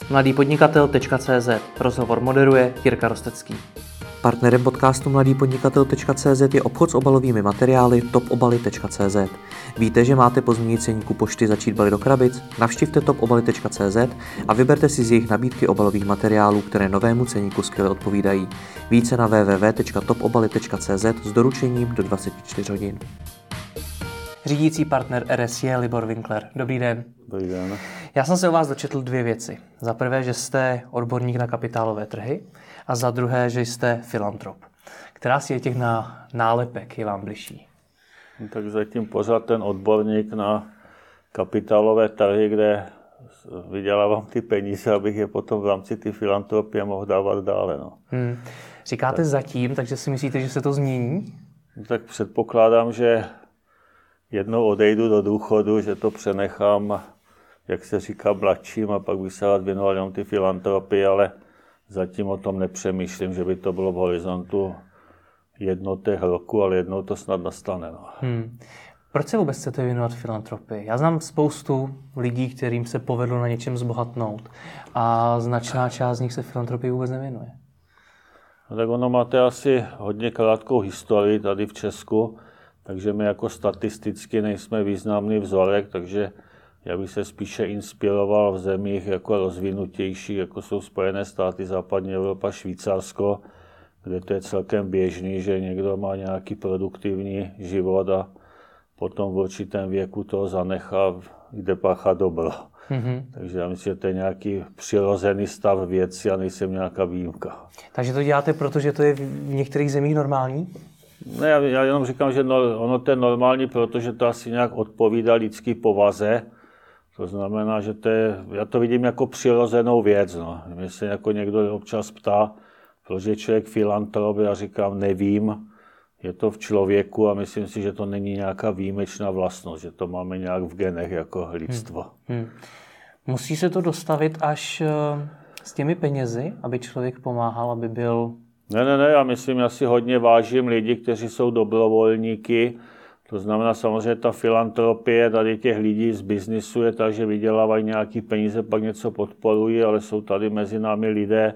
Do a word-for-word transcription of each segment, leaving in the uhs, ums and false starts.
mladý podnikatel tečka cé zet. Rozhovor moderuje Jirka Rostecký. Partnerem podcastu mladý podnikatel tečka cé zet je obchod s obalovými materiály top obaly tečka cé zet. Víte, že máte po změně ceníku pošty začít balit do krabic? Navštivte top obaly tečka cé zet a vyberte si z jejich nabídky obalových materiálů, které novému ceníku skvěle odpovídají. Více na w w w tečka top obaly tečka cé zet s doručením do dvacet čtyři hodin. Řídící partner R S je Libor Winkler. Dobrý den. Dobrý den. Já jsem se o vás dočetl dvě věci. Za prvé, že jste odborník na kapitálové trhy a za druhé, že jste filantrop. Která si je těch na nálepek je vám bližší? Tak zatím pořád ten odborník na kapitálové trhy, kde vydělávám ty peníze, abych je potom v rámci ty filantropie mohl dávat dále. No. Hmm. Říkáte tak. Zatím, takže si myslíte, že se to změní? Tak předpokládám, že jednou odejdu do důchodu, že to přenechám, jak se říká, mladším a pak bych se rád věnoval jenom ty filantropii, ale zatím o tom nepřemýšlím, že by to bylo v horizontu jednotek roku, ale jednou to snad nastane. No. Hmm. Proč se vůbec chcete věnovat filantropii? Já znám spoustu lidí, kterým se povedlo na něčem zbohatnout a značná část z nich se filantropii vůbec nevěnuje. No tak ono máte asi hodně krátkou historii tady v Česku, takže my jako statisticky nejsme významný vzorek, takže já bych se spíše inspiroval v zemích jako rozvinutějších, jako jsou Spojené státy, západní Evropa, Švýcarsko, kde to je celkem běžný, že někdo má nějaký produktivní život a potom v určitém věku to zanechá, jde páchat dobro. Mm-hmm. Takže já myslím, že to je nějaký přirozený stav věci a nejsem nějaká výjimka. Takže to děláte, protože to je v některých zemích normální? Ne, já, já jenom říkám, že no, ono to je normální, protože to asi nějak odpovídá lidský povaze. To znamená, že to je, já to vidím jako přirozenou věc. No. Mě se jako někdo občas ptá, proč je člověk filantrop, já říkám, nevím. Je to v člověku a myslím si, že to není nějaká výjimečná vlastnost, že to máme nějak v genech jako lidstvo. Hmm. Hmm. Musí se to dostavit až s těmi penězi, aby člověk pomáhal, aby byl... Ne, ne, ne, já myslím, já si hodně vážím lidi, kteří jsou dobrovolníky. To znamená samozřejmě ta filantropie tady těch lidí z biznisu je tak, že vydělávají nějaký peníze, pak něco podporují, ale jsou tady mezi námi lidé,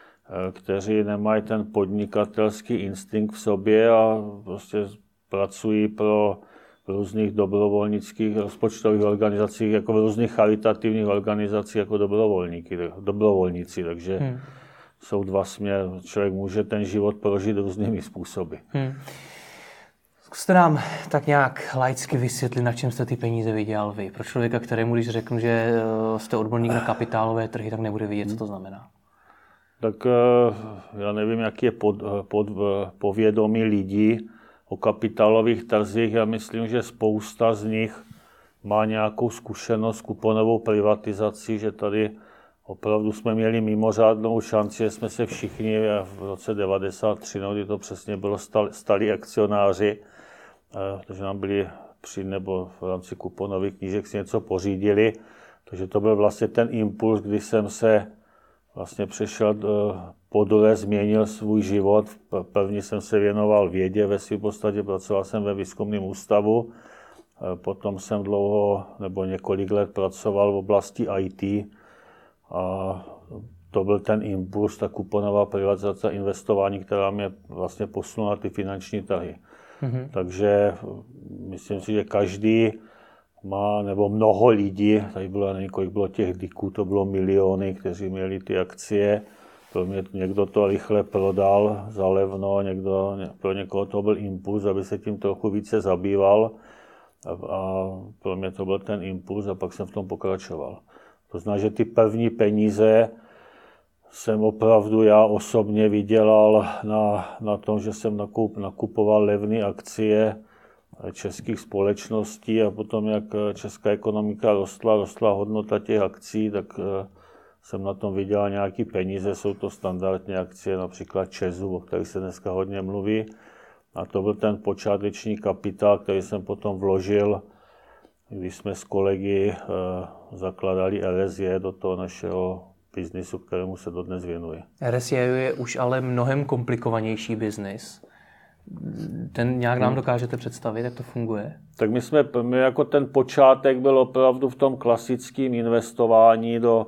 kteří nemají ten podnikatelský instinkt v sobě a prostě pracují pro různých dobrovolnických rozpočtových organizacích, jako v různých charitativních organizacích jako dobrovolníky, dobrovolníci, takže hmm. jsou dva směry. Člověk může ten život prožít různými způsoby. Hmm. Zkuste nám tak nějak laicky vysvětlit, na čem jste ty peníze vydělal vy. Pro člověka, kterému, když řeknu, že jste odborník na kapitálové trhy, tak nebude vědět, co to znamená. Tak já nevím, jaký je pod, pod, povědomí lidí o kapitálových trzích. Já myslím, že spousta z nich má nějakou zkušenost s kuponovou privatizací, že tady opravdu jsme měli mimořádnou šanci, že jsme se všichni v roce devadesát tři, no, kdy to přesně bylo, stali, stali akcionáři, protože nám byli při nebo v rámci kuponových knížek si něco pořídili. Takže to byl vlastně ten impuls, kdy jsem se vlastně přešel podle, změnil svůj život. První jsem se věnoval vědě, ve svým podstatě pracoval jsem ve výzkumném ústavu. Potom jsem dlouho nebo několik let pracoval v oblasti í té. A to byl ten impuls, ta kuponová privatizace investování, která mě vlastně posunula na ty finanční trhy. Mm-hmm. Takže myslím si, že každý má, nebo mnoho lidí, tady bylo několik bylo těch diků, to bylo miliony, kteří měli ty akcie. Pro mě někdo to rychle prodal za levno, někdo, pro někoho to byl impuls, aby se tím trochu více zabýval. A, a pro mě to byl ten impuls a pak jsem v tom pokračoval. To znamená, že ty první peníze jsem opravdu já osobně vydělal na, na tom, že jsem nakup, nakupoval levné akcie českých společností a potom, jak česká ekonomika rostla, rostla hodnota těch akcí, tak jsem na tom vydělal nějaký peníze. Jsou to standardní akcie, například ČEZu, o kterých se dneska hodně mluví. A to byl ten počáteční kapitál, který jsem potom vložil, když jsme s kolegy zakladali R S J do toho našeho biznisu, kterému se dodnes věnuji. R S J je už ale mnohem komplikovanější biznis. Ten nějak nám dokážete představit, jak to funguje? Tak my jsme, my jako ten počátek byl opravdu v tom klasickém investování do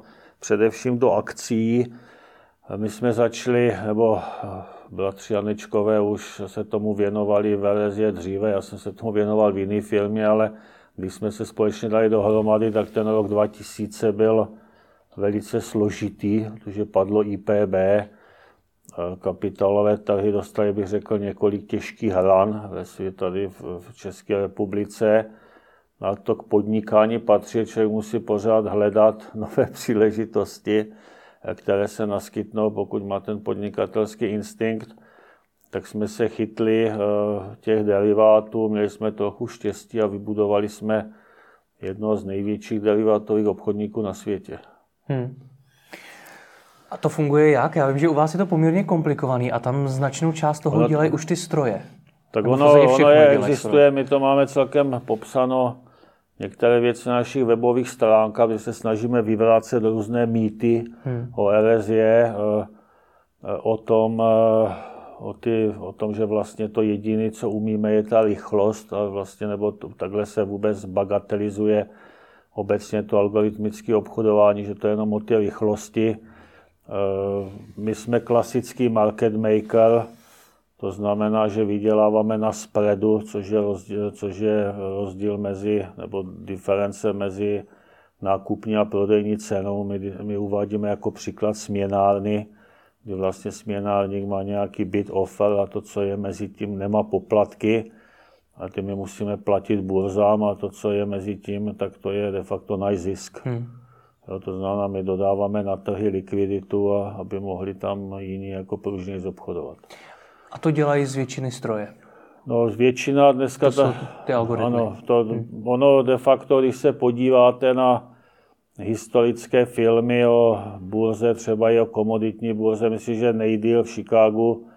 především do akcí. My jsme začali, nebo bratři Janečkové už se tomu věnovali v Erezie dříve, já jsem se tomu věnoval v jiné filmě, ale když jsme se společně dali dohromady, tak ten rok dva tisíce byl velice složitý, protože padlo I P B, kapitálové trhy dostali, bych řekl, několik těžkých ran ve světě tady v České republice. A to k podnikání patří, člověk musí pořád hledat nové příležitosti, které se naskytnou, pokud má ten podnikatelský instinkt. Tak jsme se chytli těch derivátů, měli jsme trochu štěstí a vybudovali jsme jednoho z největších derivátových obchodníků na světě. Hmm. A to funguje jak? Já vím, že u vás je to poměrně komplikovaný a tam značnou část toho ono, dělají už ty stroje. Tak ono, ono je, existuje, my to máme celkem popsáno, některé věci na našich webových stránkách, kde se snažíme vyvrácet různé mýty hmm. o Erezie, o tom, o, ty, o tom, že vlastně to jediné, co umíme, je ta rychlost, a vlastně, nebo to, takhle se vůbec bagatelizuje obecně to algoritmické obchodování, že to je jenom o té rychlosti. My jsme klasický market maker, to znamená, že vyděláváme na spreadu, což je rozdíl, což je rozdíl mezi, nebo diference mezi nákupní a prodejní cenou. My, my uvádíme jako příklad směnárny, kdy vlastně směnárník má nějaký bid offer a to, co je mezi tím, nemá poplatky a ty my musíme platit burzám a to, co je mezi tím, tak to je de facto náš zisk. Hmm. Jo, to znamená, my dodáváme na trhy likviditu, a aby mohli tam jiní jako pružněji zobchodovat. A to dělají z většiny stroje? No, z většina dneska... To ta, jsou ty algoritmy. Ano, to, hmm. ono de facto, když se podíváte na historické filmy o burze, třeba i o komoditní burze, myslím, že nejdýl v Chicagu,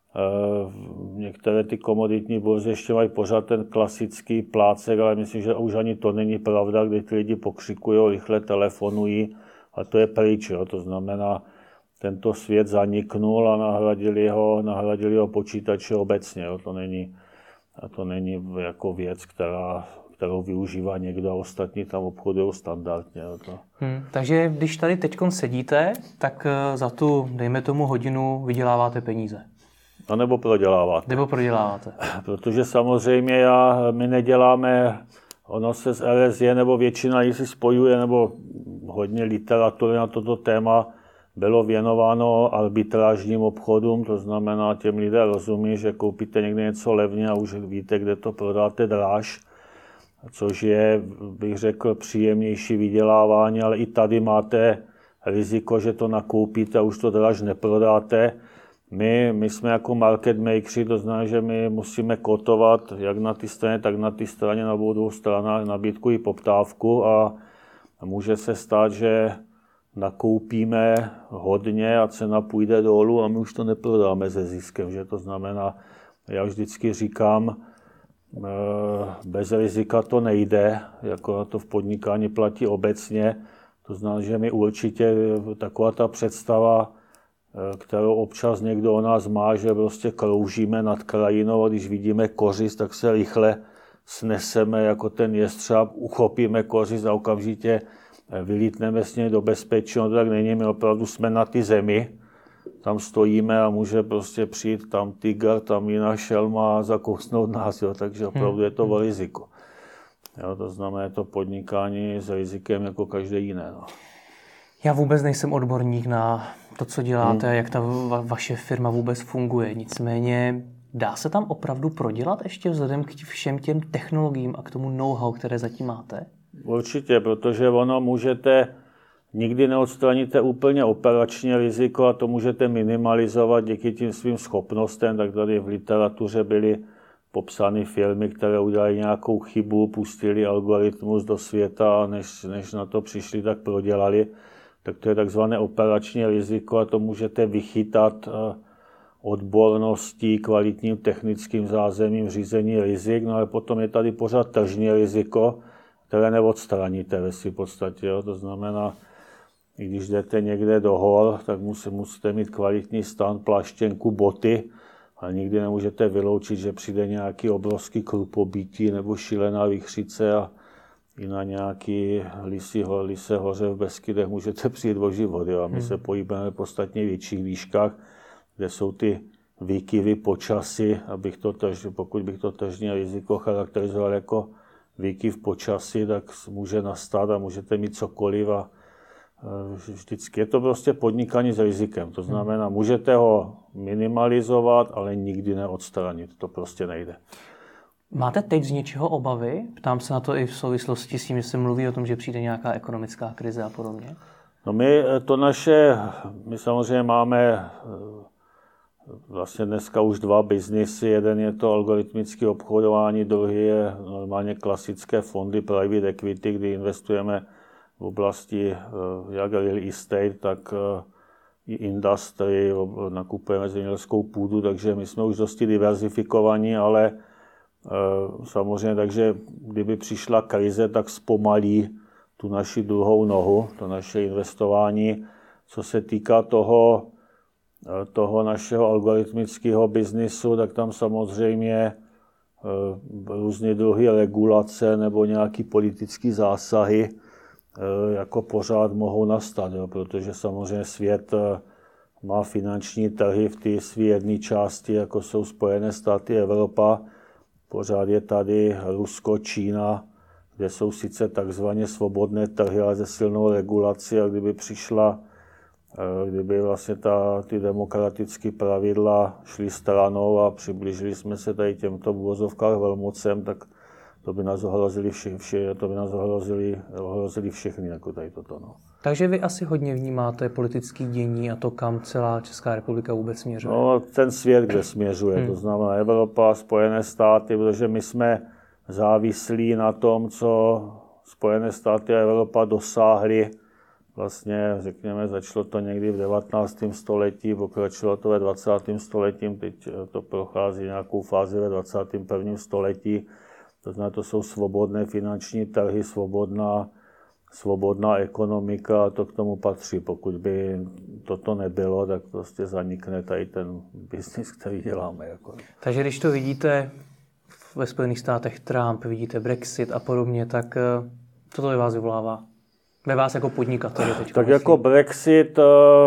některé ty komoditní burzy ještě mají pořád ten klasický plácek, ale myslím, že už ani to není pravda, kdy ty lidi pokřikují, rychle telefonují a to je pryč. Jo. To znamená, tento svět zaniknul a nahradili ho, nahradili ho počítače obecně. Jo. To není, to není jako věc, která, kterou využívá někdo a ostatní tam obchodují standardně. Jo. To. Hmm, takže když tady teďkon sedíte, tak za tu, dejme tomu, hodinu vyděláváte peníze. A nebo proděláváte. Nebo proděláváte. Protože samozřejmě já, my neděláme, ono se z Erezie, nebo většina jich si spojuje, nebo hodně literatury na toto téma bylo věnováno arbitrážním obchodům, to znamená, těm lidé rozumí, že koupíte někde něco levně a už víte, kde to prodáte dráž, což je, bych řekl, příjemnější vydělávání, ale i tady máte riziko, že to nakoupíte a už to dráž neprodáte. My, my jsme jako market makeri, to znamená, že my musíme kotovat jak na té straně, tak na té straně, na obou dvou stranách nabídku i poptávku a může se stát, že nakoupíme hodně a cena půjde dolů a my už to neprodáme se ziskem. Že to znamená, já vždycky říkám, bez rizika to nejde, jako to v podnikání platí obecně. To znamená, že my určitě taková ta představa, kterou občas někdo o nás má, že prostě kroužíme nad krajinou a když vidíme kořist, tak se rychle sneseme jako ten jestřáb, uchopíme kořist a okamžitě vylítneme s něj do bezpečí. No to tak není, my opravdu jsme na ty zemi, tam stojíme a může prostě přijít tam tygr, tam jiná šelma a zakousnout nás, jo, takže opravdu je to o riziku. Jo, to znamená, je to podnikání s rizikem jako každé jiné. No. Já vůbec nejsem odborník na to, co děláte, hmm. jak ta va- vaše firma vůbec funguje. Nicméně dá se tam opravdu prodělat ještě vzhledem k všem těm technologiím a k tomu know-how, které zatím máte? Určitě, protože ono můžete, nikdy neodstraníte úplně operační riziko a to můžete minimalizovat díky tím svým schopnostem. Tak tady v literatuře byly popsány firmy, které udělali nějakou chybu, pustili algoritmus do světa a než, než na to přišli, tak prodělali. Tak to je takzvané operační riziko a to můžete vychytat odborností, kvalitním technickým zázemím, řízení rizik, no ale potom je tady pořád tržní riziko, které neodstraníte ve své podstatě. Jo. To znamená, i když jdete někde do hor, tak musí, musíte mít kvalitní stan, pláštěnku, boty, ale nikdy nemůžete vyloučit, že přijde nějaký obrovský krupobítí nebo šílená vichřice a i na nějaký lisí, lise hoře v Beskydech můžete přijít o život. Jo? A my hmm. se pohybujeme v podstatně větších výškách, kde jsou ty výkyvy počasí, abych to tež, pokud bych to tržní riziko charakterizoval jako výkyv počasí, tak může nastat a můžete mít cokoliv a vždycky je to prostě podnikání s rizikem. To znamená, můžete ho minimalizovat, ale nikdy neodstranit. To prostě nejde. Máte teď z něčeho obavy? Ptám se na to i v souvislosti s tím, že se mluví o tom, že přijde nějaká ekonomická krize a podobně. No my to naše, my samozřejmě máme vlastně dneska už dva biznisy. Jeden je to algoritmické obchodování, druhý je normálně klasické fondy private equity, kdy investujeme v oblasti jak real estate, tak i industry, nakupujeme zemědělskou půdu, takže my jsme už dosti diverzifikovaní, ale samozřejmě, takže kdyby přišla krize, tak zpomalí tu naši druhou nohu, to naše investování. Co se týká toho, toho našeho algoritmického biznisu, tak tam samozřejmě různé druhy regulace nebo nějaké politické zásahy jako pořád mohou nastat, jo, protože samozřejmě svět má finanční trhy v té své jedné části, jako jsou Spojené státy, Evropa. Pořád je tady Rusko, Čína, kde jsou sice takzvaně svobodné trhy, ale se silnou regulací, a kdyby přišla, kdyby vlastně ta, ty demokratické pravidla šly stranou a přiblížili jsme se tady těmto uvozovkách velmocem, tak to by nás ohrozili, vše, vše, to by nás ohrozili, ohrozili všechny, jako tady toto. No. Takže vy asi hodně vnímáte politické dění a to, kam celá Česká republika vůbec směřuje? No, ten svět, kde směřuje, hmm. to znamená Evropa, Spojené státy, protože my jsme závislí na tom, co Spojené státy a Evropa dosáhly. Vlastně, řekněme, začalo to někdy v devatenáctém století, pokračovalo to ve dvacátém století, teď to prochází nějakou fázi ve dvacátém prvním století. To znamená, to jsou svobodné finanční trhy, svobodná, svobodná ekonomika a to k tomu patří. Pokud by toto nebylo, tak prostě zanikne tady ten biznis, který děláme. Jako. Takže když to vidíte ve Spojených státech Trump, vidíte Brexit a podobně, tak co to ve vás vyvolává? Ve vás jako podnikatele teď? Tak jako Brexit,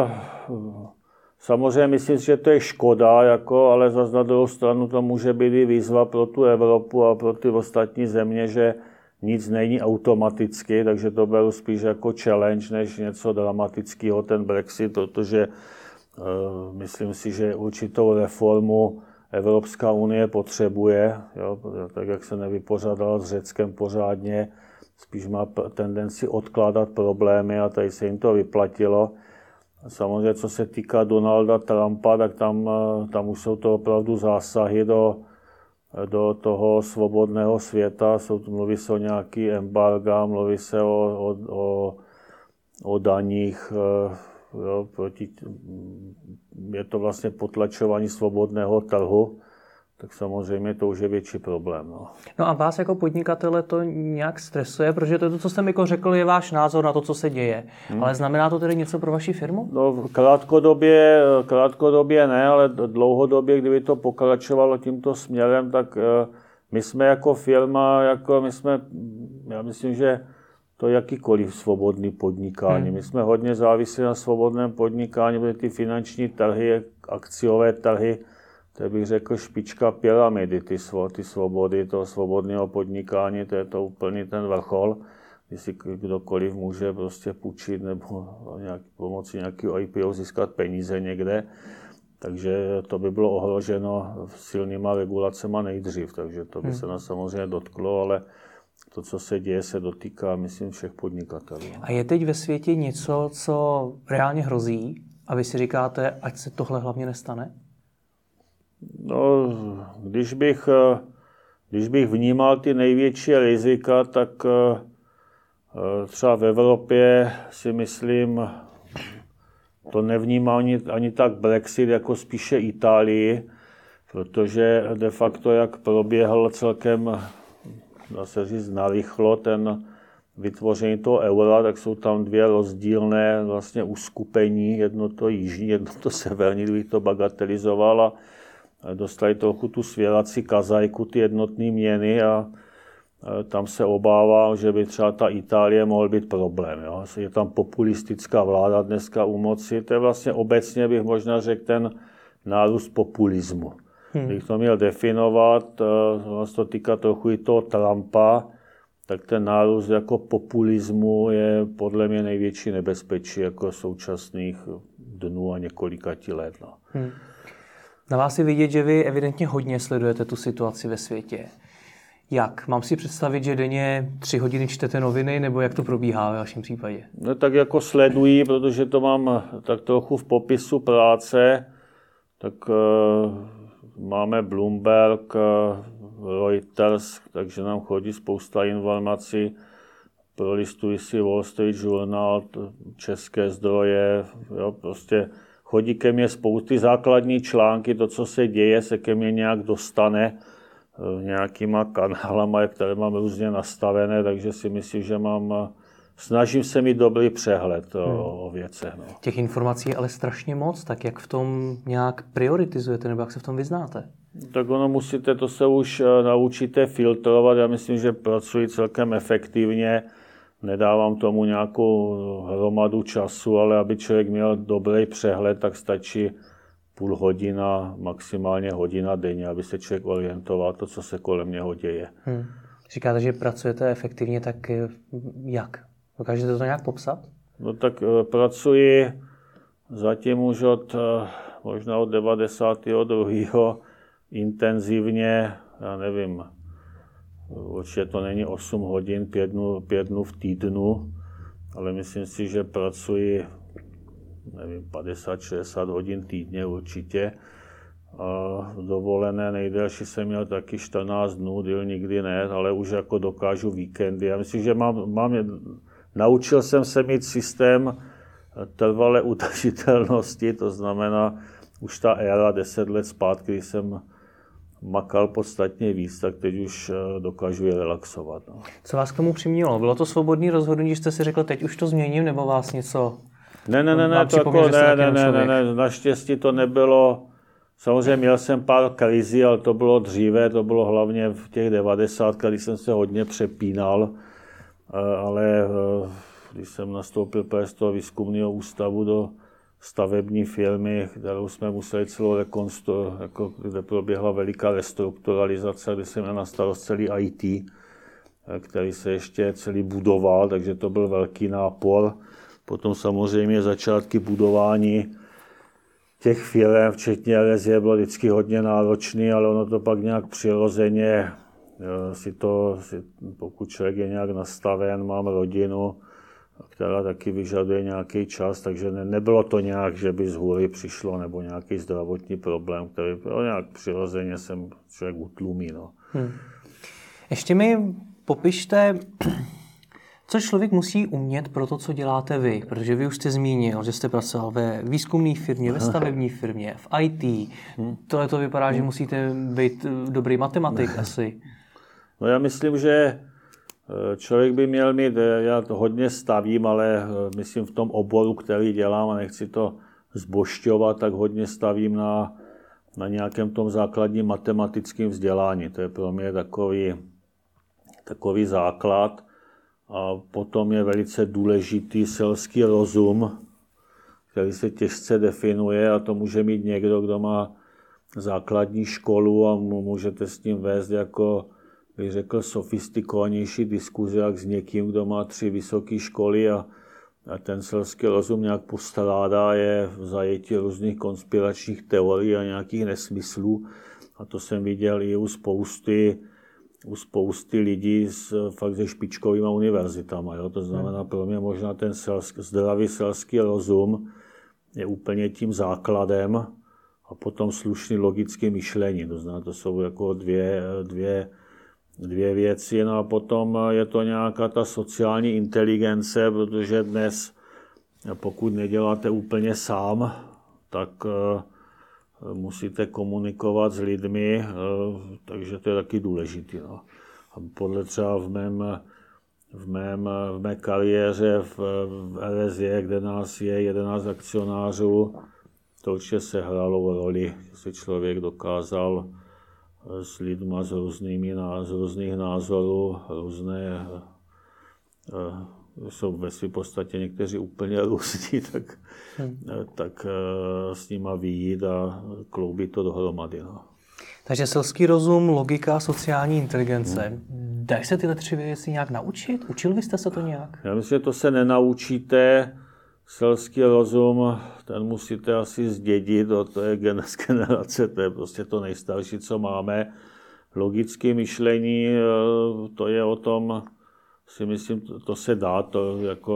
samozřejmě myslím, že to je škoda, jako, ale zase na druhou stranu to může být i výzva pro tu Evropu a pro ty ostatní země, že nic není automaticky, takže to beru spíš jako challenge, než něco dramatického ten Brexit, protože uh, myslím si, že určitou reformu Evropská unie potřebuje, jo, tak jak se nevypořádala s Řeckem pořádně, spíš má tendenci odkládat problémy a tady se jim to vyplatilo. Samozřejmě, co se týká Donalda Trumpa, tak tam, tam už jsou to opravdu zásahy do, do toho svobodného světa. Jsou, mluví se o nějaký embarga, mluví se o, o, o, o daních. Jo, proti, je to vlastně potlačování svobodného trhu. Tak samozřejmě to už je větší problém. No. no a vás jako podnikatele to nějak stresuje, protože to, co jste mi jako řekl, je váš názor na to, co se děje. Hmm. Ale znamená to tedy něco pro vaši firmu? No krátkodobě, krátkodobě ne, ale dlouhodobě, kdyby to pokračovalo tímto směrem, tak my jsme jako firma, jako my jsme, já myslím, že to je jakýkoliv svobodný podnikání. Hmm. My jsme hodně závislí na svobodném podnikání, protože ty finanční trhy, akciové trhy, to bych řekl špička pyramidy, ty, svo, ty svobody, toho svobodného podnikání, to je to úplný ten vrchol, kdy si kdokoliv může prostě půjčit nebo nějak, pomocí nějakého I P O získat peníze někde. Takže to by bylo ohroženo silnýma regulacema nejdřív, takže to by hmm. se nás samozřejmě dotklo, ale to, co se děje, se dotýká, myslím, všech podnikatelů. A je teď ve světě něco, co reálně hrozí a vy si říkáte, ať se tohle hlavně nestane? No, když bych, když bych vnímal ty největší rizika, tak třeba v Evropě si myslím, to nevnímám ani, ani tak Brexit, jako spíše Itálii, protože de facto, jak proběhl celkem, dá se říct, narychlo ten vytvoření toho eura, tak jsou tam dvě rozdílné vlastně uskupení, jedno to jižní, jedno to severní, kdybych to bagatelizoval a dostali trochu tu svěrací kazajku, ty jednotné měny a tam se obávám, že by třeba ta Itálie mohl být problém. Jo? Je tam populistická vláda dneska u moci. To je vlastně obecně bych možná řekl ten nárůst populismu. Hmm. Kdybych to měl definovat, vlastně to týká trochu i toho Trumpa, tak ten nárůst jako populismu je podle mě největší nebezpečí jako současných dnů a několikati let. No. Hmm. Na vás je vidět, že vy evidentně hodně sledujete tu situaci ve světě. Jak? Mám si představit, že denně tři hodiny čtete noviny, nebo jak to probíhá ve vašem případě? No tak jako sleduji, protože to mám tak trochu v popisu práce, tak uh, máme Bloomberg, uh, Reuters, takže nám chodí spousta informací. Prolistuji si Wall Street Journal, české zdroje, jo, prostě chodí ke mně spousty základní články, to, co se děje, se ke mně nějak dostane nějakýma kanálama, které mám různě nastavené, takže si myslím, že mám, snažím se mít dobrý přehled hmm. o, o věcech. No. Těch informací je ale strašně moc, tak jak v tom nějak prioritizujete, nebo jak se v tom vyznáte? Tak ono musíte, to se už naučíte filtrovat, já myslím, že pracuji celkem efektivně, nedávám tomu nějakou hromadu času, ale aby člověk měl dobrý přehled, tak stačí půl hodina, maximálně hodina denně, aby se člověk orientoval to, co se kolem něho děje. Hmm. Říkáte, že pracujete efektivně, tak jak? Dokážete to nějak popsat? No tak pracuji zatím už od možná od devadesátého druhého intenzivně, já nevím, určitě to není osm hodin, pět dnů, pět dnů v týdnu, ale myslím si, že pracuji nevím, padesát šedesát hodin týdně určitě. A dovolené nejdelší jsem měl taky čtrnáct dnů, díl nikdy ne, ale už jako dokážu víkendy. Já myslím, že mám, mám naučil jsem se mít systém trvalé udržitelnosti, to znamená už ta éra deset let zpátky, kdy jsem makal podstatně víc, tak teď už dokážu je relaxovat. No. Co vás k tomu přimělo? Bylo to svobodný rozhodnutí, že jste si řekl, teď už to změním, nebo vás něco... Ne, ne, ne, ne, to jako, ne, ne, ne, ne, ne, naštěstí to nebylo, samozřejmě měl jsem pár krizí, ale to bylo dříve, to bylo hlavně v těch devadesátkách, kdy jsem se hodně přepínal, ale když jsem nastoupil z toho výzkumného ústavu do stavební firmy, kterou jsme museli celou rekonstruovat, jako, kde proběhla veliká restrukturalizace, kde jsem měl na starost celý í té, který se ještě celý budoval, takže to byl velký nápor. Potom samozřejmě začátky budování těch firem, včetně er es é, bylo vždycky hodně náročný, ale ono to pak nějak přirozeně, si to, si, pokud člověk je nějak nastaven, mám rodinu, která taky vyžaduje nějaký čas, takže ne, nebylo to nějak, že by z hůry přišlo, nebo nějaký zdravotní problém, který bylo nějak přirozeně jsem člověk utlumí. No. Hmm. Ještě mi popište, co člověk musí umět pro to, co děláte vy, protože vy už jste zmínil, že jste pracoval ve výzkumné firmě, ve stavební firmě, v í té. Tohle to vypadá, že musíte být dobrý matematik asi. No já myslím, že člověk by měl mít, já to hodně stavím, ale myslím v tom oboru, který dělám a nechci to zbošťovat, tak hodně stavím na, na nějakém tom základním matematickém vzdělání. To je pro mě takový, takový základ. A potom je velice důležitý selský rozum, který se těžce definuje a to může mít někdo, kdo má základní školu a můžete s tím vést jako, bych řekl, sofistikovanější diskuzi, jak s někým, kdo má tři vysoké školy a, a ten selský rozum nějak postrádá, je v zajetí různých konspiračních teorií a nějakých nesmyslů. A to jsem viděl i u spousty u spousty lidí s fakt se špičkovými univerzitama. Jo? To znamená, pro mě možná ten selsk, zdravý selský rozum je úplně tím základem a potom slušný logické myšlení. To znamená, to jsou jako dvě, dvě, dvě věci. No a potom je to nějaká ta sociální inteligence, protože dnes, pokud neděláte úplně sám, tak musíte komunikovat s lidmi, takže to je taky důležité. No. A podle třeba v mém, v mém, v mé kariéře v, v er es é, kde nás je jedenáct akcionářů, to určitě se hrálo roli, že si člověk dokázal s lidma z, různými, z různých názorů, různé, jsou ve své podstatě někteří úplně různí, tak, hmm. tak s nima vyjít a kloubit to dohromady. No. Takže selský rozum, logika, sociální inteligence. Hmm. Dají se tyhle tři věci nějak naučit? Učil byste se to nějak? Já myslím, že to se nenaučíte. Selský rozum, ten musíte asi zdědit, to je generace, to je prostě to nejstarší, co máme. Logické myšlení, to je o tom, si myslím, to se dá to jako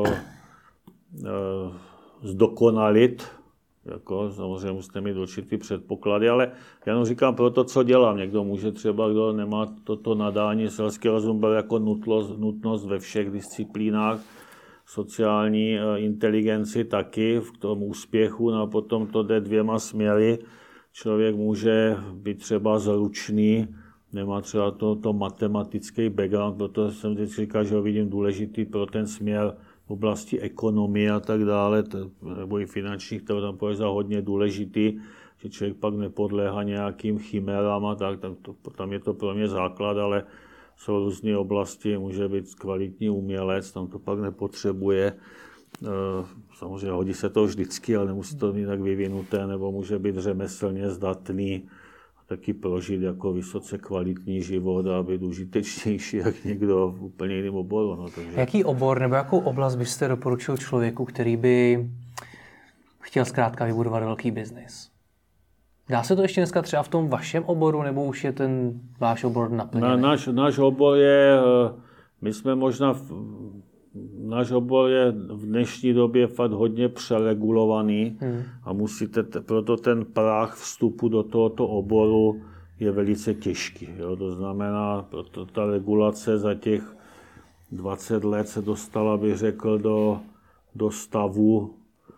zdokonalit, jako samozřejmě musíte mít určitý předpoklady, ale já jenom říkám pro to, co dělám. Někdo může třeba, kdo nemá toto nadání, selský rozum byl jako nutnost, nutnost ve všech disciplínách, sociální inteligenci taky v tom úspěchu, no a potom to jde dvěma směry. Člověk může být třeba zručný, nemá třeba to, to matematický background, proto jsem vždycky říkal, že ho vidím důležitý pro ten směr v oblasti ekonomie a tak dále, nebo i finančních, to tam považuji za hodně důležitý, že člověk pak nepodléhá nějakým chimerám a tak, tam, to, tam je to pro mě základ, ale jsou různé oblasti, může být kvalitní umělec, tam to pak nepotřebuje. Samozřejmě hodí se to vždycky, ale nemusí to mít tak vyvinuté, nebo může být řemeslně zdatný a taky prožít jako vysoce kvalitní život a být užitečnější jak někdo v úplně jiném oboru. No, takže... Jaký obor nebo jakou oblast byste doporučil člověku, který by chtěl zkrátka vybudovat velký biznis? Dá se to ještě dneska třeba v tom vašem oboru, nebo už je ten váš obor naplněný? Na, náš, náš obor je, my jsme možná, v, náš obor je v dnešní době fakt hodně přeregulovaný hmm. a musíte, proto ten práh vstupu do tohoto oboru je velice těžký. Jo? To znamená, proto ta regulace za těch dvacet let se dostala, bych řekl, do, do stavu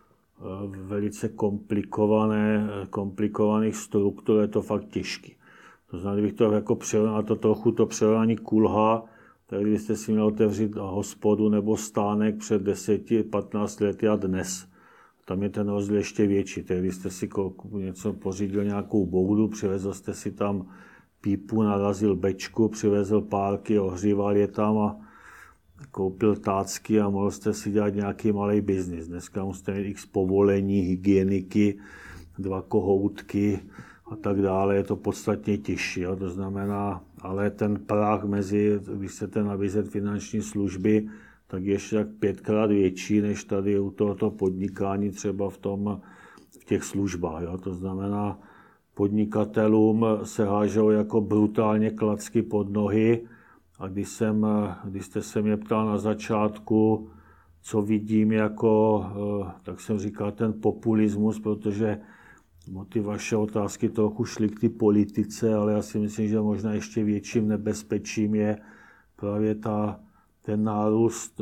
velice komplikované, komplikovaných struktur, je to fakt těžký. To znamená, kdybych to jako přirovnal, to trochu to přirovnání kulha, tak kdybyste si měl otevřít hospodu nebo stánek před deseti patnácti lety a dnes. Tam je ten rozdíl ještě větší. Tak když jste si něco pořídil, nějakou boudu, přivezl jste si tam pípu, narazil bečku, přivezl párky, ohříval je tam a koupil tácky a mohl jste si dělat nějaký malý biznis. Dneska musíte mít x povolení, hygieniky, dva kohoutky a tak dále. Je to podstatně těžší. Jo? To znamená, ale ten práh mezi, když chcete nabízet finanční služby, tak je ještě tak pětkrát větší, než tady u tohoto podnikání třeba v, tom, v těch službách. Jo? To znamená, podnikatelům se hážou jako brutálně klacky pod nohy. A když, jsem, když jste se mě ptal na začátku, co vidím jako, tak jsem říkal ten populismus, protože ty vaše otázky trochu šly k té politice, ale já si myslím, že možná ještě větším nebezpečím je právě ta, ten nárůst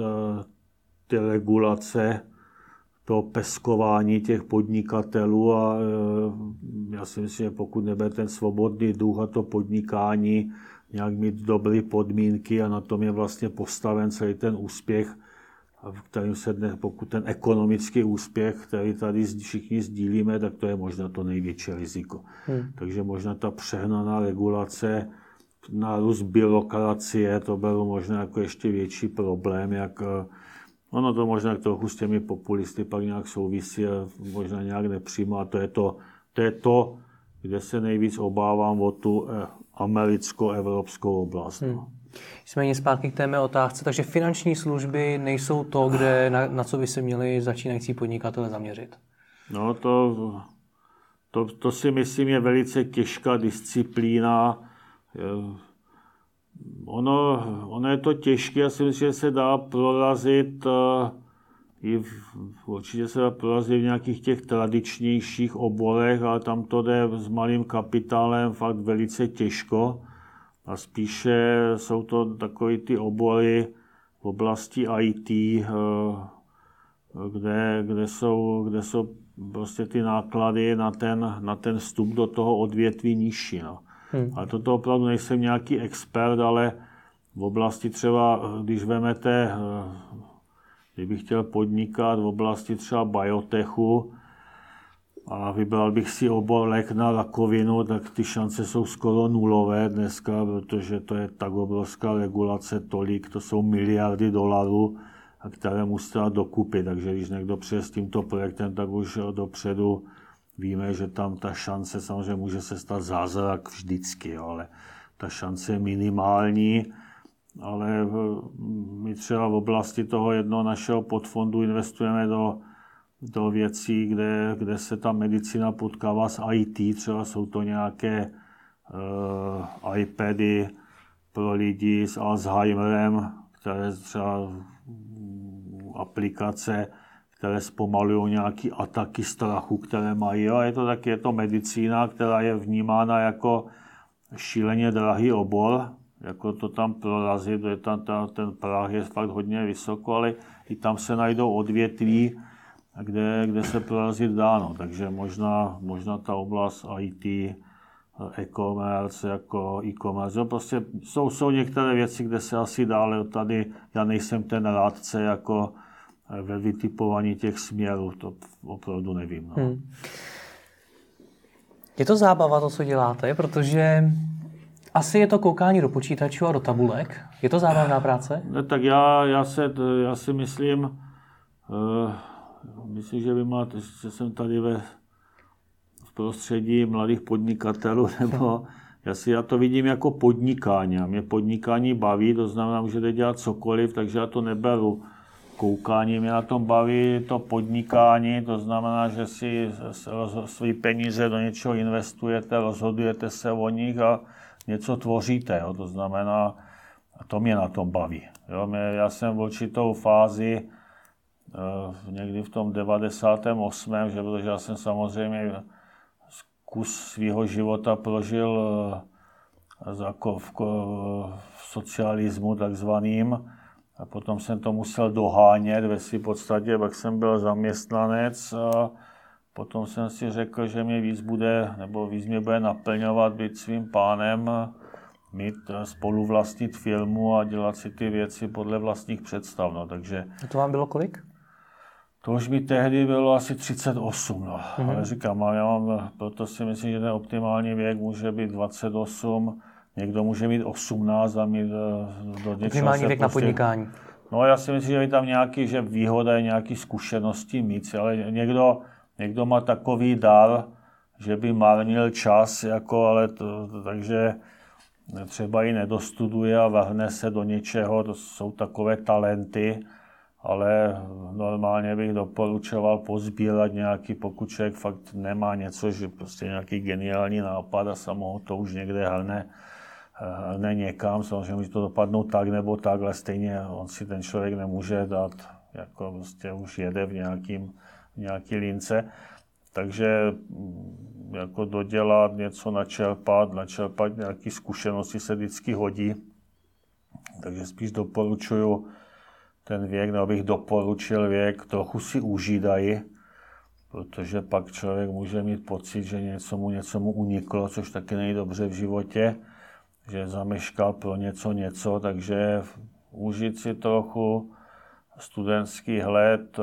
té regulace, to peskování těch podnikatelů a já si myslím, že pokud nebude ten svobodný duch a to podnikání, nějak mít dobré podmínky a na tom je vlastně postaven celý ten úspěch, v kterým se dnes, pokud ten ekonomický úspěch, který tady všichni sdílíme, tak to je možná to největší riziko. Hmm. Takže možná ta přehnaná regulace, nárůst byrokracie, to bylo možná jako ještě větší problém, jak ono to možná trochu s těmi populisty pak nějak souvisí a možná nějak nepřímo a to je to, to je to, kde se nejvíc obávám o tu americko-evropskou oblast. Hmm. Jsme zpátky k té mé otázce, takže finanční služby nejsou to, kde, na, na co by se měli začínající podnikatelé zaměřit? No to, to, to si myslím je velice těžká disciplína. Ono, ono je to těžké, já si myslím, že se dá prorazit i v, určitě se dá prorazit v nějakých těch tradičnějších oborech, ale tam to jde s malým kapitálem fakt velice těžko. A spíše jsou to takové ty obory v oblasti í té, kde, kde, jsou, kde jsou prostě ty náklady na ten, na ten vstup do toho odvětví nižší. No. Hmm. Ale toto opravdu nejsem nějaký expert, ale v oblasti třeba, když vemete, kdybych chtěl podnikat v oblasti třeba biotechu, a a vybral bych si obor lék na rakovinu, tak ty šance jsou skoro nulové dneska, protože to je tak obrovská regulace, tolik, to jsou miliardy dolarů, které musí dát dokupy. Takže když někdo přijde s tímto projektem, tak už dopředu víme, že tam ta šance, samozřejmě může se stát zázrak vždycky, jo, ale ta šance je minimální. Ale my třeba v oblasti toho jednoho našeho podfondu investujeme do, do věcí, kde, kde se ta medicína potkává s í té. Třeba jsou to nějaké uh, iPady pro lidi s Alzheimerem, které třeba aplikace, které zpomalují nějaké ataky strachu, které mají. A je to taky je to medicína, která je vnímána jako šíleně drahý obor. Jako to tam prorazit, je tam, tam, ten práh je fakt hodně vysoko, ale i tam se najdou odvětví, kde, kde se prorazit dá. No. Takže možná, možná ta oblast í té, e-commerce, jako e-commerce. Prostě jsou, jsou některé věci, kde se asi dá, ale tady já nejsem ten rádce jako ve vytipování těch směrů, to opravdu nevím. No. Hmm. Je to zábava to, co děláte, protože asi je to koukání do počítačů a do tabulek. Je to zábavná práce? Ne, tak já, já, se, já si myslím, uh, myslím, že vy máte, že jsem tady ve v prostředí mladých podnikatelů, nebo já, si, já to vidím jako podnikání. A mě podnikání baví, to znamená, můžete dělat cokoliv, takže já to neberu koukání. Mě na tom baví to podnikání, to znamená, že si své peníze do něčeho investujete, rozhodujete se o nich a něco tvoříte, jo, to znamená, a to mě na tom baví. Jo. Já jsem v určitou fázi, někdy v tom devadesátém osmém že protože já jsem samozřejmě kus svého života prožil jako v, v socialismu takzvaným, a potom jsem to musel dohánět ve své podstatě, pak jsem byl zaměstnanec a potom jsem si řekl, že mě víc bude, nebo víc mě bude naplňovat být svým pánem, mít spoluvlastnit firmu a dělat si ty věci podle vlastních představ. No, takže a to vám bylo kolik? To už mi tehdy bylo asi třicet osm. No. Mm-hmm. Ale říkám, já mám, proto si myslím, že ten optimální věk může být dvacet osm, někdo může mít osmnáct a mít do něčeho. Optimální věk prostě na podnikání. No já si myslím, že je tam nějaký, že výhoda je nějaký zkušenosti mít, ale někdo Někdo má takový dar, že by marnil čas, jako, ale to, to, takže třeba ji nedostuduje a vrhne se do něčeho, to jsou takové talenty, ale normálně bych doporučoval pozbírat nějaký, pokud člověk fakt nemá něco, že prostě nějaký geniální nápad a samo to už někde hrne, hrne někam, samozřejmě může to dopadnout tak nebo tak, ale stejně on si ten člověk nemůže dát, jako prostě už jede v nějakým nějaký lince, takže jako dodělat, něco načerpat, načerpat nějaké zkušenosti se vždycky hodí. Takže spíš doporučuju ten věk, nebo bych doporučil věk, trochu si užídají, protože pak člověk může mít pocit, že něco mu, něco mu uniklo, což taky není dobře v životě, že zameškal pro něco něco, takže užít si trochu studentský hled,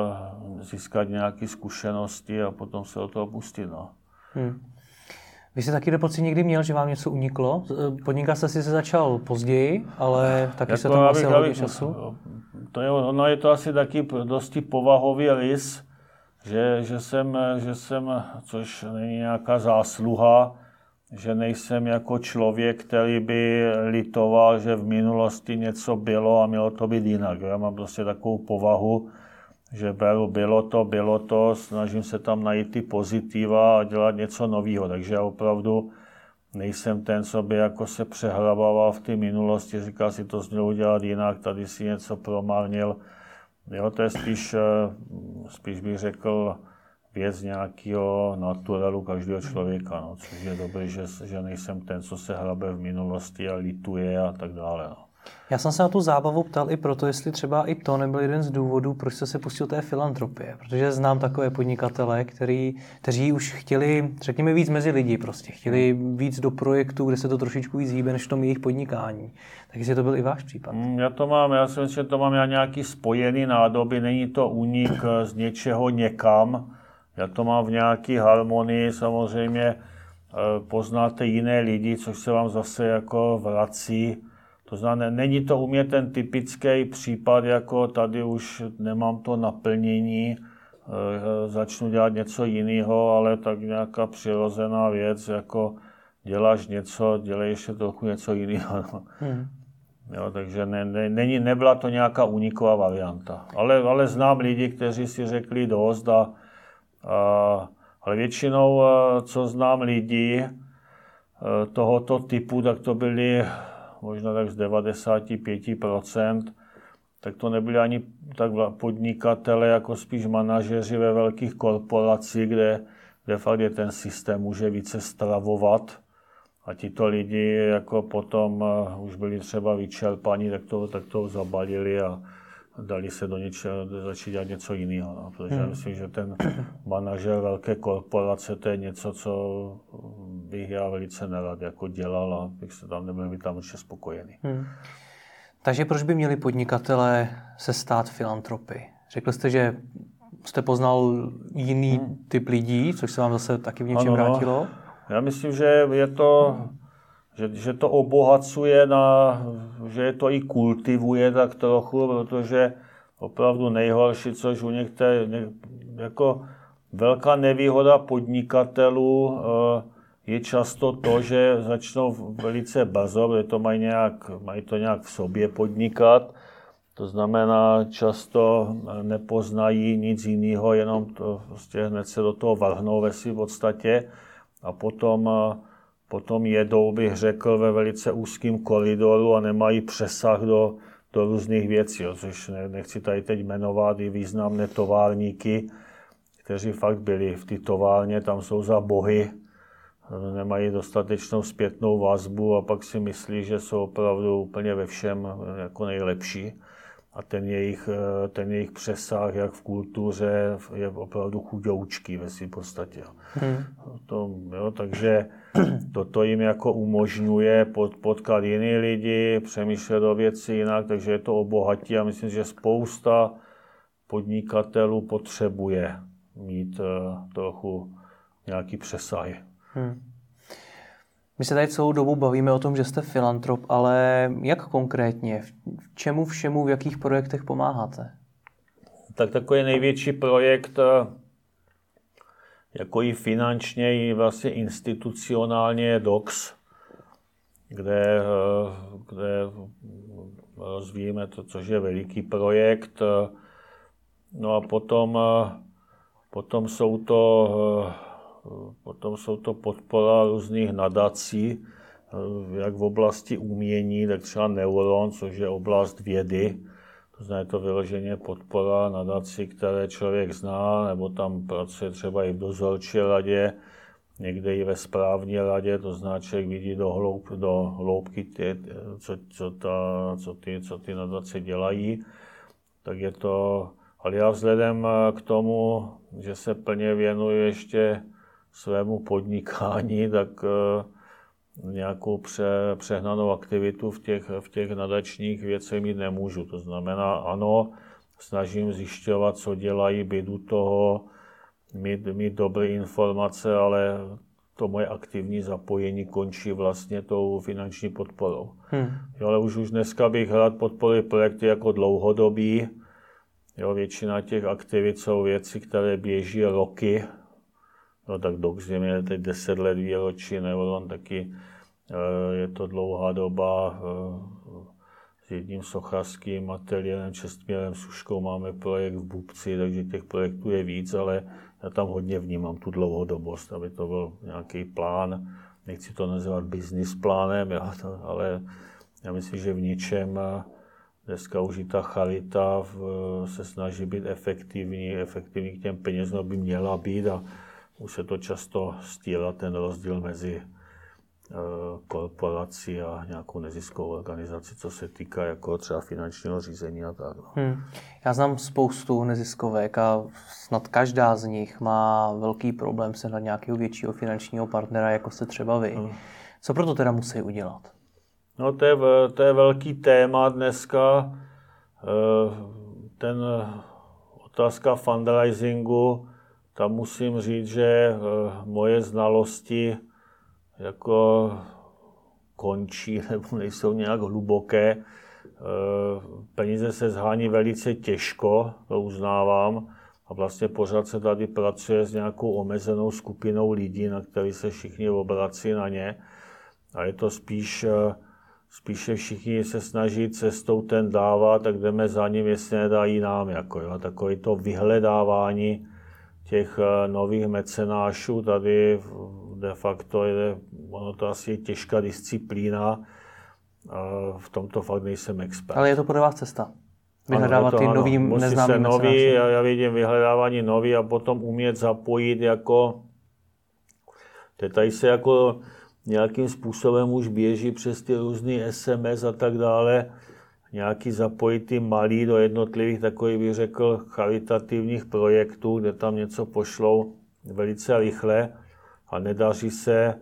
získat nějaké zkušenosti a potom se o toho pustit. No. Hmm. Vy jste taky do pocit někdy měl, že vám něco uniklo? Podnikat jste si se začal později, ale taky se tomu asi hodně času? To je, ono je to asi taky dosti povahový rys, že, že, jsem, že jsem, což není nějaká zásluha, že nejsem jako člověk, který by litoval, že v minulosti něco bylo a mělo to být jinak. Já mám prostě takovou povahu, že beru, bylo to, bylo to, snažím se tam najít ty pozitiva a dělat něco nového. Takže já opravdu nejsem ten, co by jako se přehrabával v té minulosti, říkal si, to mělo udělat jinak, tady si něco promarnil. Jo, to je spíš, spíš bych řekl, věc nějakého naturalu každého člověka, no, což je dobré, že, že nejsem ten, co se hrabe v minulosti a lituje a tak dále. No. Já jsem se na tu zábavu ptal i proto, jestli třeba i to nebyl jeden z důvodů, proč jste se pustil té filantropie, protože znám takové podnikatele, který, kteří už chtěli, řekněme, víc mezi lidi prostě, chtěli víc do projektu, kde se to trošičku víc hýbe, než v tom jejich podnikání. Tak jestli to byl i váš případ? Já to mám, já si myslím, že to mám já nějaký spojený nádoby, není to únik z něčeho někam. já to mám v nějaké harmonii, samozřejmě poznáte jiné lidi, což se vám zase jako vrací. To znamená, není to u mě ten typický případ, jako tady už nemám to naplnění, začnu dělat něco jiného, ale tak nějaká přirozená věc, jako děláš něco, dělej ještě trochu něco jiného. Hmm. Jo, takže ne, ne, není, nebyla to nějaká uniková varianta. Ale, ale znám lidi, kteří si řekli dost, a, a, ale většinou, co znám lidi tohoto typu, tak to byli možná tak z devadesát pět procent, tak to nebyli ani tak podnikatele, jako spíš manažeři ve velkých korporacích, kde, kde fakt je ten systém může více stravovat. A tito lidi jako potom uh, už byli třeba vyčerpaní, tak to, tak to zabalili a dali se do něčeho, začít dělat něco jiného. No. Protože hmm. já myslím, že ten manažer velké korporace, to je něco, co bych já velice nerad jako dělal a bych se tam nebyl být tam určitě spokojený. Hmm. Takže proč by měli podnikatelé se stát filantropy? Řekl jste, že jste poznal jiný hmm. typ lidí, což se vám zase taky v něčem ano, vrátilo? Já myslím, že je to, že, že to obohacuje, na, že je to i kultivuje tak trochu, protože opravdu nejhorší, což u některých, jako velká nevýhoda podnikatelů je často to, že začnou velice brzo, protože to mají, nějak, mají to nějak v sobě podnikat. To znamená, často nepoznají nic jiného, jenom to prostě hned se do toho vrhnou ve své podstatě. A potom, potom jedou, bych řekl, ve velice úzkém koridoru a nemají přesah do, do různých věcí. Jo, což ne, nechci tady teď jmenovat i významné továrníky, kteří fakt byli v té továrně, tam jsou za bohy, nemají dostatečnou zpětnou vazbu a pak si myslí, že jsou opravdu úplně ve všem jako nejlepší. A ten jejich, ten jejich přesah, jak v kultuře, je opravdu chudoučký ve své podstatě. Hmm. To, jo, takže toto jim jako umožňuje pot, potkat jiný lidi, přemýšlet o věci jinak, takže je to obohatí a myslím, že spousta podnikatelů potřebuje mít uh, trochu nějaký přesahy. Hmm. My se tady celou dobu bavíme o tom, že jste filantrop, ale jak konkrétně? V čemu všemu, v jakých projektech pomáháte? Tak takový největší projekt, jako i finančně, i vlastně institucionálně je D O K S, kde, kde rozvíjíme to, což je veliký projekt. No a potom, potom jsou to Potom jsou to podpora různých nadací, jak v oblasti umění, tak třeba Neuron, což je oblast vědy. To znamená, to vyloženě podpora nadací, které člověk zná, nebo tam pracuje třeba i v dozorčí radě, někde i ve správní radě, to znamená, člověk vidí do, hloub, do hloubky, tě, co, co, ta, co, ty, co ty nadace dělají. Tak je to, ale já vzhledem k tomu, že se plně věnuji ještě svému podnikání, tak uh, nějakou pře, přehnanou aktivitu v těch, v těch nadačních věcech mít nemůžu. To znamená, ano, snažím zjišťovat, co dělají, být u toho, mít, mít dobré informace, ale to moje aktivní zapojení končí vlastně tou finanční podporou. Hmm. Jo, ale už, už dneska bych rád podporuji projekty jako dlouhodobý. Jo, většina těch aktivit jsou věci, které běží roky. No tak D O K S je teď deset let výročí, Neuron taky je to dlouhá doba. S jedním sochařským ateliérem Čestmírem Suškou máme projekt v Bubci, takže těch projektů je víc, ale já tam hodně vnímám tu dlouhodobost, aby to byl nějaký plán. Nechci to nazývat business plánem, já to, ale já myslím, že v něčem dneska už i ta charita se snaží být efektivní, efektivní k těm penězům by měla být a už se to často stírá ten rozdíl mezi korporací a nějakou neziskovou organizaci, co se týká jako třeba finančního řízení a tak. No. Hmm. Já znám spoustu neziskovek a snad každá z nich má velký problém sehnat nějakého většího finančního partnera, jako jste třeba vy. Hmm. Co proto teda musí udělat? No to je, to je velký téma dneska. Ten otázka fundraisingu, tam musím říct, že moje znalosti jako končí nebo nejsou nějak hluboké. Peníze se shání velice těžko, to uznávám. A vlastně pořád se tady pracuje s nějakou omezenou skupinou lidí, na který se všichni obrací na ně. A je to spíš, spíše všichni se snaží cestou ten dávat, tak jdeme za ním, jestli nedají nám. Jako, jo. Takové to vyhledávání těch nových mecenášů tady de facto je, ono to asi je těžká disciplína. V tomto fakt nejsem expert. Ale je to podle vás cesta? Vyhledávat ty nový neznámý nový, já, já vidím vyhledávání nový a potom umět zapojit jako... Tady se jako nějakým způsobem už běží přes ty různý es em es a tak dále. Nějaký zapojit ty malí do jednotlivých takových, bych řekl, charitativních projektů, kde tam něco pošlou velice rychle a nedaří se e,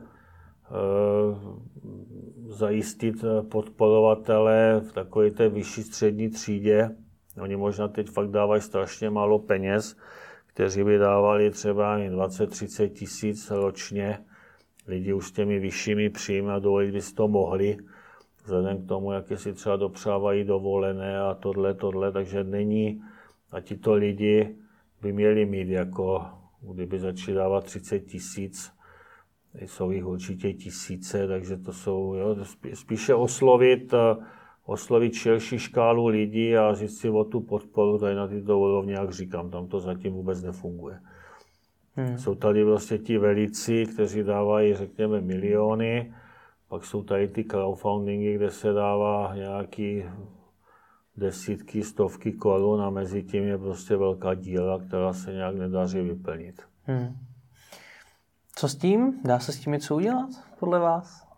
zajistit podporovatele v takové té vyšší střední třídě. Oni možná teď fakt dávají strašně málo peněz, kteří by dávali třeba dvacet třicet tisíc ročně. Lidi už s těmi vyššími příjmy a dovolit by si to mohli, vzhledem k tomu, jak si třeba dopřávají dovolené a tohle, tohle, takže není, a tito lidi by měli mít jako, kdyby začali dávat třicet tisíc, jsou jich určitě tisíce, takže to jsou, jo, spíše oslovit, oslovit širší škálu lidí a říct si o tu podporu tady na tyto úrovni, jak říkám, tam to zatím vůbec nefunguje. Hmm. Jsou tady vlastně ti velici, kteří dávají, řekněme, miliony, pak jsou tady ty crowdfundingy, kde se dává nějaký desítky, stovky korun a mezi tím je prostě velká díra, která se nějak nedaří vyplnit. Hmm. Co s tím? Dá se s tím něco udělat, podle vás?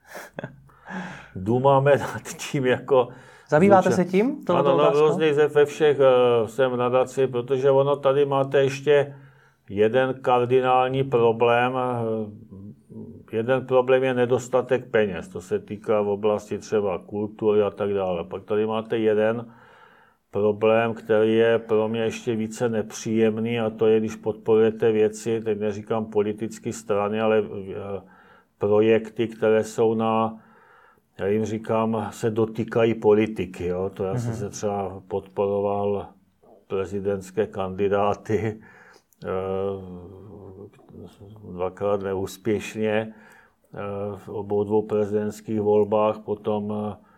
Důmáme nad tím jako... Zabýváte se tím? Ano, no, různých ve všech jsem v nadaci, protože ono tady máte ještě jeden kardinální problém. Jeden problém je nedostatek peněz, to se týká v oblasti třeba kultury a tak dále. Pak tady máte jeden problém, který je pro mě ještě více nepříjemný, a to je, když podporujete věci, teď neříkám politické strany, ale projekty, které jsou na, já jim říkám, se dotýkají politiky. Jo? To já jsem se třeba podporoval prezidentské kandidáty, dvakrát neúspěšně v obou dvou prezidentských volbách, potom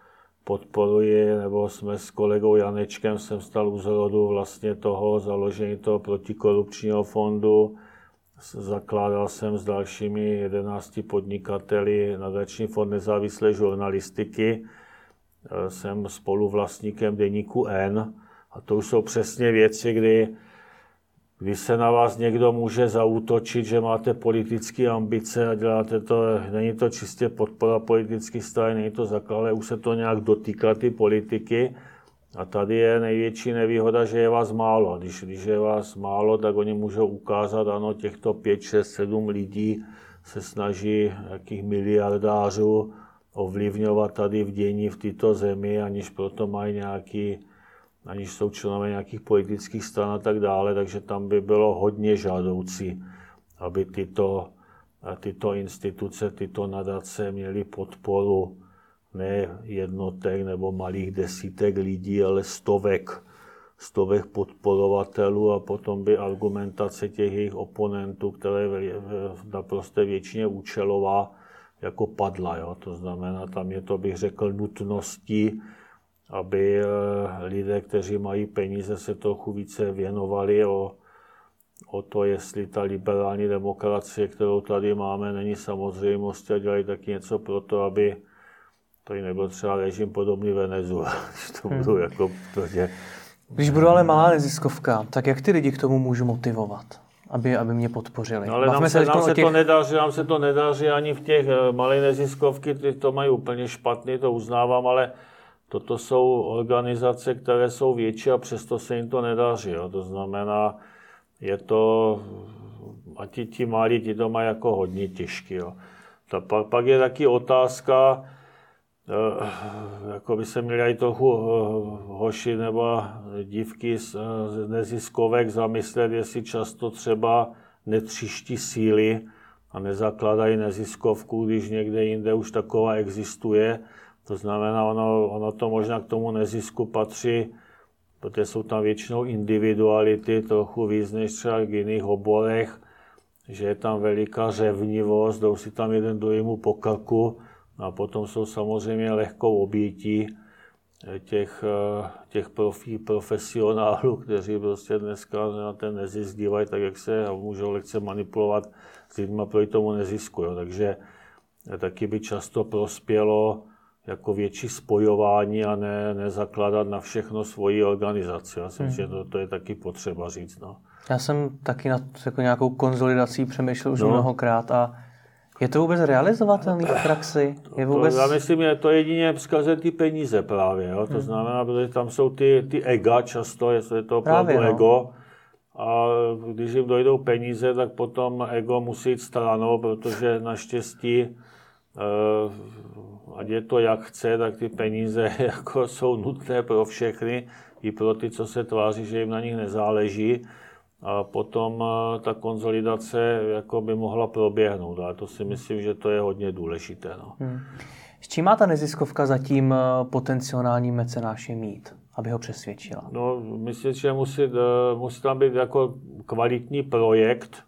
podporuji, nebo jsme s kolegou Janečkem, jsem stal u zrodu vlastně toho založení toho protikorupčního fondu. Zakládal jsem s dalšími jedenácti podnikateli nadační fond nezávislé žurnalistiky. Jsem spoluvlastníkem deníku N a to už jsou přesně věci, kdy Když se na vás někdo může zaútočit, že máte politické ambice a děláte to, není to čistě podpora politických stran, není to základ, ale už se to nějak dotýká ty politiky. A tady je největší nevýhoda, že je vás málo. Když, když je vás málo, tak oni můžou ukázat, ano, těchto pět, šest, sedm lidí se snaží jakých miliardářů ovlivňovat tady v dění v této zemi, aniž proto mají nějaký, aniž jsou členové nějakých politických stran a tak dále, takže tam by bylo hodně žádoucí, aby tyto, tyto instituce, tyto nadace měly podporu ne jednotek nebo malých desítek lidí, ale stovek, stovek podporovatelů a potom by argumentace těch jejich oponentů, která je v naprosté většině účelová, jako padla. Jo? To znamená, tam je to, bych řekl, nutností, aby lidé, kteří mají peníze, se trochu více věnovali o, o to, jestli ta liberální demokracie, kterou tady máme, není samozřejmost a dělají taky něco pro to, aby tady nebyl třeba režim podobný Venezuela. To budu hmm. jako, protože... Když budu ale malá neziskovka, tak jak ty lidi k tomu můžu motivovat, aby, aby mě podpořili? No ale nám se, nám, se těch... to nedaří, nám se to nedaří ani v těch malé neziskovky, ty to mají úplně špatný, to uznávám, ale toto jsou organizace, které jsou větší a přesto se jim to nedaří. Jo. To znamená, je to, a ti, ti malí, ti to mají jako hodně těžký. Jo. Ta, pak, pak je taky otázka, jako by se měli i trochu hoši nebo dívky z neziskovek zamyslet, jestli často třeba netříští síly a nezakládají neziskovku, když někde jinde už taková existuje. To znamená, ono, ono to možná k tomu nezisku patří, protože jsou tam většinou individuality, trochu víc než třeba v jiných oborech, že je tam veliká řevnivost, jdou si tam jeden druhému po krku a potom jsou samozřejmě lehkou obětí těch, těch profí, profesionálů, kteří prostě dneska na ten nezisk dívají tak, jak se a můžou lehce manipulovat s lidmi proti tomu nezisku. Jo. Takže taky by často prospělo jako větší spojování a ne, nezakládat na všechno svoji organizaci. Já si myslím, hmm. že to, to je taky potřeba říct. No. Já jsem taky nad jako nějakou konzolidací přemýšlel už no. mnohokrát a je to vůbec realizovatelný v praxi? Je vůbec... to, já myslím, že to jedině skrze ty peníze právě. Jo? To hmm. znamená, že tam jsou ty, ty ega často, je to opravdu právě, no. ego. A když jim dojdou peníze, tak potom ego musí jít stranou, protože naštěstí ať je to jak chce, tak ty peníze jako jsou nutné pro všechny, i pro ty, co se tváří, že jim na nich nezáleží. A potom ta konsolidace jako by mohla proběhnout. A to si myslím, že to je hodně důležité. No. Hmm. S čím má ta neziskovka zatím potenciální mecenáše mít, aby ho přesvědčila? No, myslím, že musí, musí tam být jako kvalitní projekt.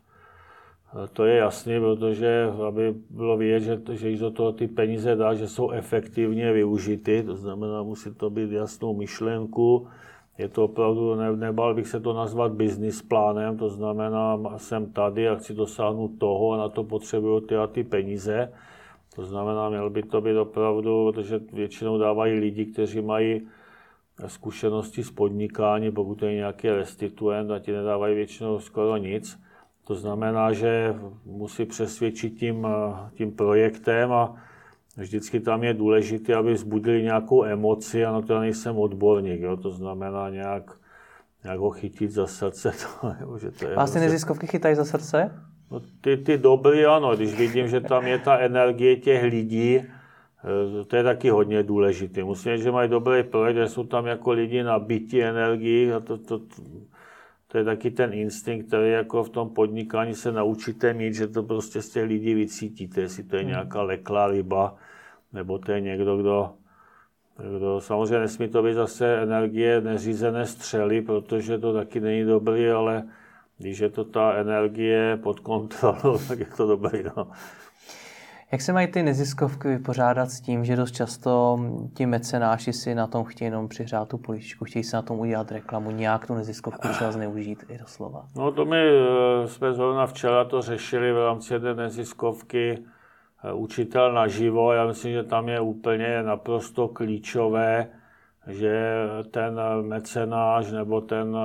To je jasné, protože aby bylo vidět, že, že když do toho ty peníze dá, že jsou efektivně využity, to znamená, musí to být jasnou myšlenku. Je to opravdu, ne, nebal bych se to nazvat business plánem, to znamená, jsem tady a chci dosáhnout toho a na to potřebuju ty a ty peníze. To znamená, měl by to být opravdu, protože většinou dávají lidi, kteří mají zkušenosti s podnikání, pokud je nějaký restituent a ti nedávají většinou skoro nic. To znamená, že musí přesvědčit tím, tím projektem a vždycky tam je důležité, aby vzbudili nějakou emoci a na to já nejsem odborník. Jo? To znamená nějak, nějak ho chytit za srdce. To, že to je Vás ty neziskovky chytají za srdce? No, ty, ty dobrý, ano. Když vidím, že tam je ta energie těch lidí, to je taky hodně důležité. Musím říct, že mají dobrý projekt, že jsou tam jako lidi nabití energií a to, to, to To je taky ten instinkt, který jako v tom podnikání se naučíte mít, že to prostě z těch lidí vycítíte, jestli to je nějaká leklá ryba, nebo to je někdo, kdo, kdo samozřejmě nesmí to být zase energie neřízené střely, protože to taky není dobrý, ale když je to ta energie pod kontrolou, tak je to dobrý. No. Jak se mají ty neziskovky vypořádat s tím, že dost často ti mecenáši si na tom chtějí jenom přihřát tu poličku, chtějí si na tom udělat reklamu, nějak tu neziskovku třeba zneužít i doslova? No to my jsme zrovna včera to řešili v rámci jedné neziskovky Učitel naživo. Já myslím, že tam je úplně naprosto klíčové, že ten mecenáš nebo ten,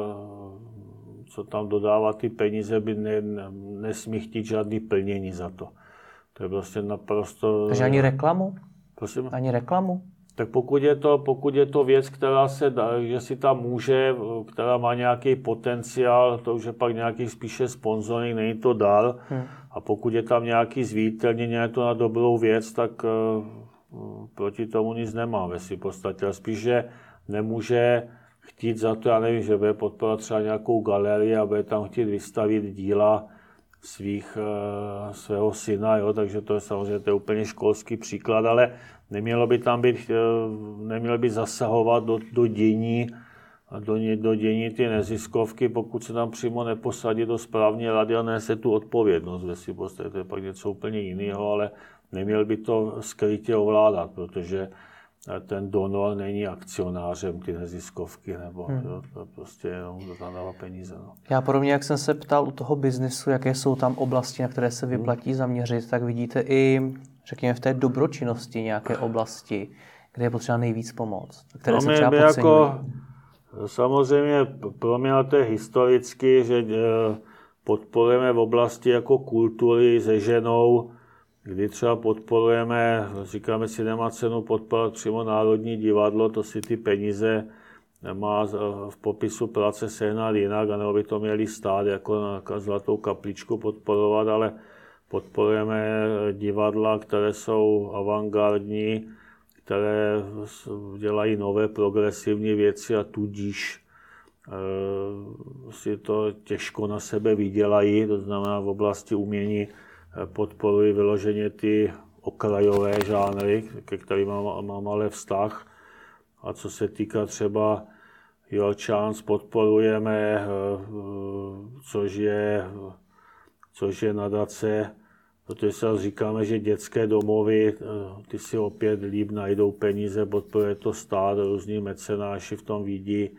co tam dodává ty peníze, by ne, nesmí chtít žádný plnění za to. To je prostě naprosto... Takže ani reklamu? Prosím? Ani reklamu? Tak pokud je to, pokud je to věc, která se dá, že si tam může, která má nějaký potenciál, to už je pak nějaký spíše sponsoring, není to dál. Hmm. A pokud je tam nějaký zviditelnění, je to na dobrou věc, tak uh, proti tomu nic nemá ve svým podstatě. A spíš, že nemůže chtít za to, já nevím, že bude podporovat třeba nějakou galerii a bude tam chtít vystavit díla svých, svého syna, jo, takže to je samozřejmě to je úplně školský příklad, ale nemělo by tam být, nemělo by zasahovat do, do dění, do, do dění ty neziskovky, pokud se tam přímo neposadí do správní rady a nese tu odpovědnost ve svým podstatě, to je pak něco úplně jiného, ale neměl by to skrytě ovládat, protože ten donor není akcionářem ty neziskovky, nebo hmm. jo, to prostě jenom tam dává peníze. No. Já podobně, jak jsem se ptal u toho biznesu, jaké jsou tam oblasti, na které se vyplatí hmm. zaměřit, tak vidíte i, řekněme, v té dobročinnosti nějaké oblasti, kde je potřeba nejvíc pomoct, které no, se třeba podceňují. Jako, samozřejmě pro mě to je historicky, že podporujeme v oblasti jako kultury se ženou, kdy třeba podporujeme, říkáme si, nemá cenu podporovat přímo Národní divadlo, to si ty peníze má v popisu práce sehnat jinak, anebo by to měli stát jako na zlatou kapličku podporovat, ale podporujeme divadla, které jsou avantgardní, které dělají nové progresivní věci a tudíž si to těžko na sebe vydělají, to znamená v oblasti umění podporují vyloženě ty okrajové žánry, ke kterým mám, mám ale vztah. A co se týká třeba Your Chance, podporujeme, což je, což je nadace, protože se říkáme, že dětské domovy, ty si opět líp najdou peníze, podporuje to stát, různí mecenáši v tom vidí,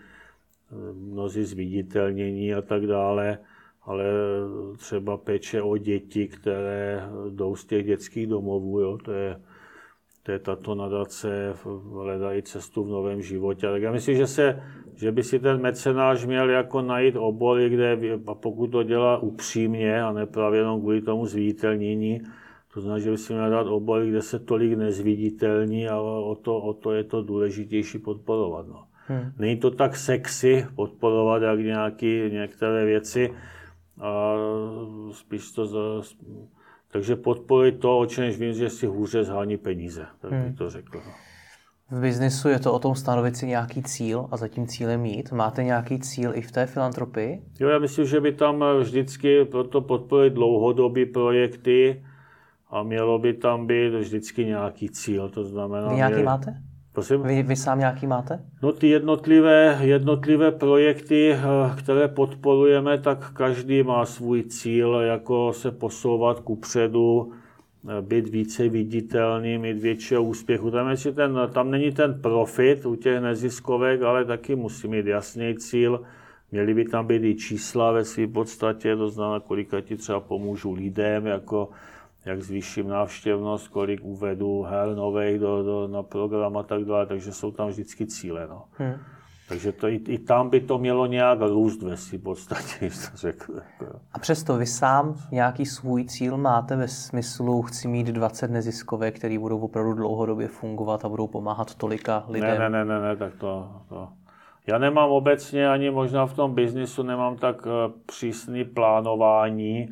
mnozí zviditelnění a tak dále, ale třeba péče o děti, které jdou z těch dětských domovů, jo, to je, to je tato nadace, hledají cestu v novém životě. Tak já myslím, že, se, že by si ten mecenáš měl jako najít obory, kde, a pokud to dělá upřímně a ne právě jenom kvůli tomu zviditelnění, to znamená, že by si měl dát obory, kde se tolik nezviditelní, ale o to, o to je to důležitější podporovat. No. Hmm. Není to tak sexy podporovat, jak nějaký, některé věci, a spíš to za, takže podporuji to, o čemž vím, že si hůře zhání peníze, tak bych hmm. to řekl. V biznesu je to o tom stanovit si nějaký cíl a za tím cílem jít. Máte nějaký cíl i v té filantropii? Jo, já myslím, že by tam vždycky proto podporují dlouhodobé projekty a mělo by tam být vždycky nějaký cíl. To znamená, Vy nějaký mě... máte? Prosím? Vy, vy sám nějaký máte? No ty jednotlivé, jednotlivé projekty, které podporujeme, tak každý má svůj cíl, jako se posouvat kupředu, být více viditelný, mít většího úspěchu. Tam, je ten, tam není ten profit u těch neziskovek, ale taky musí mít jasný cíl. Měly by tam být i čísla ve své podstatě, to znamená, kolika ti třeba pomůžu lidem, jako jak zvýším návštěvnost, kolik uvedu her nových do, do, na program a tak dále, takže jsou tam vždycky cíle. No. Hmm. Takže to, i, i tam by to mělo nějak růst ve své podstatě, když to řekl. A přesto vy sám nějaký svůj cíl máte ve smyslu, chci mít dvacet neziskovek, které budou opravdu dlouhodobě fungovat a budou pomáhat tolika lidem? Ne, ne, ne, ne, ne tak to, to. Já nemám obecně, ani možná v tom biznisu nemám tak přísné plánování.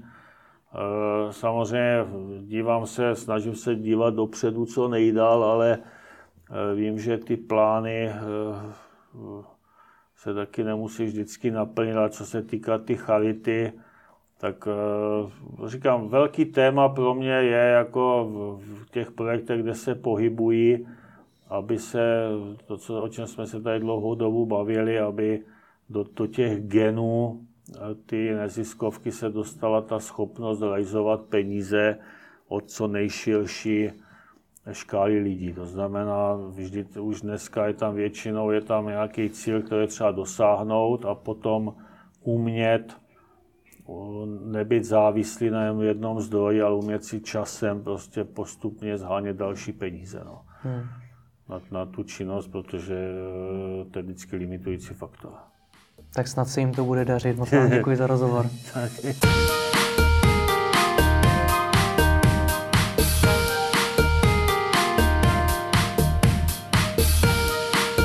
Samozřejmě dívám se, snažím se dívat dopředu co nejdál, ale vím, že ty plány se taky nemusí vždycky naplnit, ale co se týká ty charity, tak říkám, velký téma pro mě je jako v těch projektech, kde se pohybují, aby se, to, co, o čem jsme se tady dlouhou dobu bavili, aby do, do těch genů ty neziskovky se dostala ta schopnost realizovat peníze od co nejširší škály lidí. To znamená, vždy, už dneska je tam většinou je tam nějaký cíl, který třeba dosáhnout a potom umět nebyt závislý na jednom zdroji, ale umět si časem prostě postupně zhánět další peníze. No. Hmm. Na, na tu činnost, protože to je vždycky limitující faktor. Tak snad se jim to bude dařit. Moc vám děkuji za rozhovor.